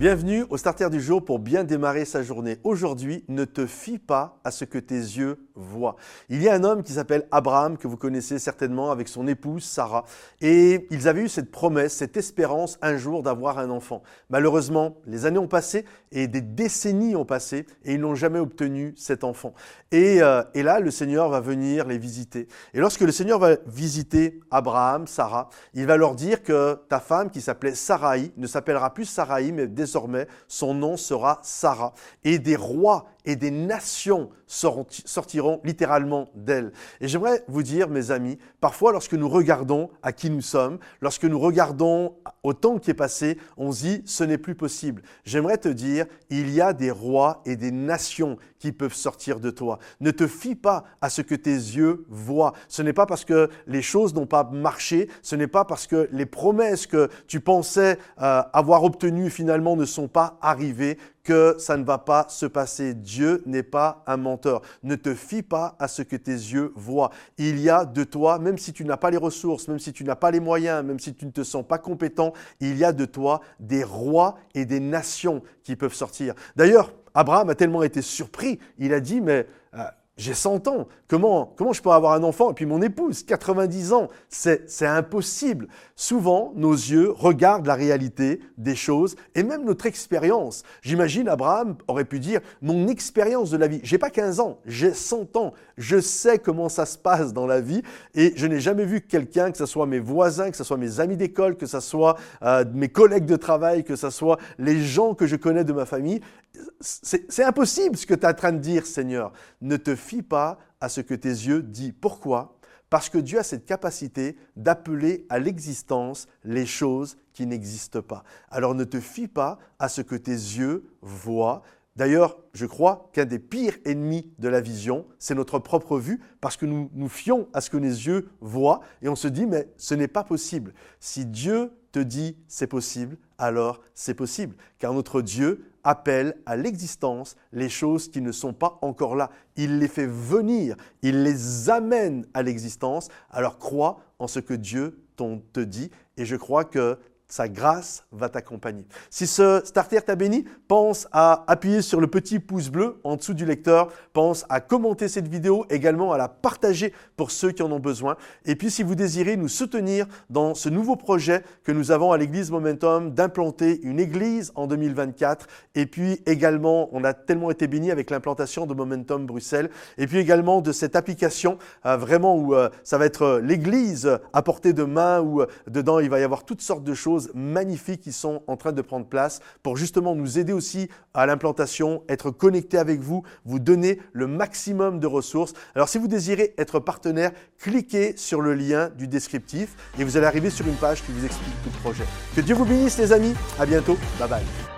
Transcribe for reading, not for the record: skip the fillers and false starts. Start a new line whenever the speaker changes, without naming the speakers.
Bienvenue au Starter du jour pour bien démarrer sa journée. Aujourd'hui, ne te fie pas à ce que tes yeux voient. Il y a un homme qui s'appelle Abraham, que vous connaissez certainement, avec son épouse Sarah. Et ils avaient eu cette promesse, cette espérance un jour d'avoir un enfant. Malheureusement, les années ont passé et des décennies ont passé et ils n'ont jamais obtenu cet enfant. Et là, le Seigneur va venir les visiter. Et lorsque le Seigneur va visiter Abraham, Sarah, il va leur dire que ta femme, qui s'appelait Saraï, ne s'appellera plus Saraï, mais désormais, son nom sera Sarah. Et des rois et des nations sortiront littéralement d'elle. Et j'aimerais vous dire, mes amis, parfois lorsque nous regardons à qui nous sommes, lorsque nous regardons au temps qui est passé, on se dit, ce n'est plus possible. J'aimerais te dire, il y a des rois et des nations qui peuvent sortir de toi. Ne te fie pas à ce que tes yeux voient. Ce n'est pas parce que les choses n'ont pas marché, ce n'est pas parce que les promesses que tu pensais avoir obtenues finalement ne sont pas arrivées que ça ne va pas se passer. Dieu n'est pas un menteur. Ne te fie pas à ce que tes yeux voient. Il y a de toi, même si tu n'as pas les ressources, même si tu n'as pas les moyens, même si tu ne te sens pas compétent, il y a de toi des rois et des nations qui peuvent sortir. D'ailleurs, Abraham a tellement été surpris, il a dit, mais j'ai 100 ans, comment je peux avoir un enfant? Et puis mon épouse, 90 ans, c'est impossible. Souvent, nos yeux regardent la réalité des choses et même notre expérience. J'imagine Abraham aurait pu dire, mon expérience de la vie, j'ai pas 15 ans, j'ai 100 ans, je sais comment ça se passe dans la vie et je n'ai jamais vu quelqu'un, que ce soit mes voisins, que ce soit mes amis d'école, que ce soit mes collègues de travail, que ce soit les gens que je connais de ma famille. C'est impossible ce que tu es en train de dire, Seigneur. Ne te fie pas à ce que tes yeux disent. Pourquoi? Parce que Dieu a cette capacité d'appeler à l'existence les choses qui n'existent pas. Alors ne te fie pas à ce que tes yeux voient. D'ailleurs, je crois qu'un des pires ennemis de la vision, c'est notre propre vue, parce que nous nous fions à ce que les yeux voient et on se dit, mais ce n'est pas possible. Si Dieu te dit c'est possible, alors c'est possible, car notre Dieu appelle à l'existence les choses qui ne sont pas encore là. Il les fait venir, il les amène à l'existence. Alors crois en ce que Dieu te dit et je crois que sa grâce va t'accompagner. Si ce starter t'a béni, pense à appuyer sur le petit pouce bleu en dessous du lecteur. Pense à commenter cette vidéo, également à la partager pour ceux qui en ont besoin. Et puis, si vous désirez nous soutenir dans ce nouveau projet que nous avons à l'église Momentum d'implanter une église en 2024. Et puis également, on a tellement été bénis avec l'implantation de Momentum Bruxelles. Et puis également de cette application vraiment où ça va être l'église à portée de main, où dedans il va y avoir toutes sortes de choses magnifiques qui sont en train de prendre place pour justement nous aider aussi à l'implantation, être connectés avec vous, vous donner le maximum de ressources. Alors si vous désirez être partenaire, cliquez sur le lien du descriptif et vous allez arriver sur une page qui vous explique tout le projet. Que Dieu vous bénisse les amis, à bientôt, bye bye.